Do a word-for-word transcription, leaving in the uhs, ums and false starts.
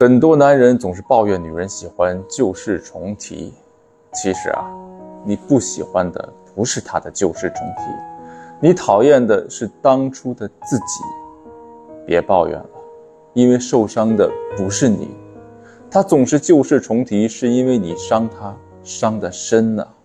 很多男人总是抱怨女人喜欢旧事重提，其实啊，你不喜欢的不是她的旧事重提，你讨厌的是当初的自己。别抱怨了，因为受伤的不是你，她总是旧事重提，是因为你伤她伤得深啊。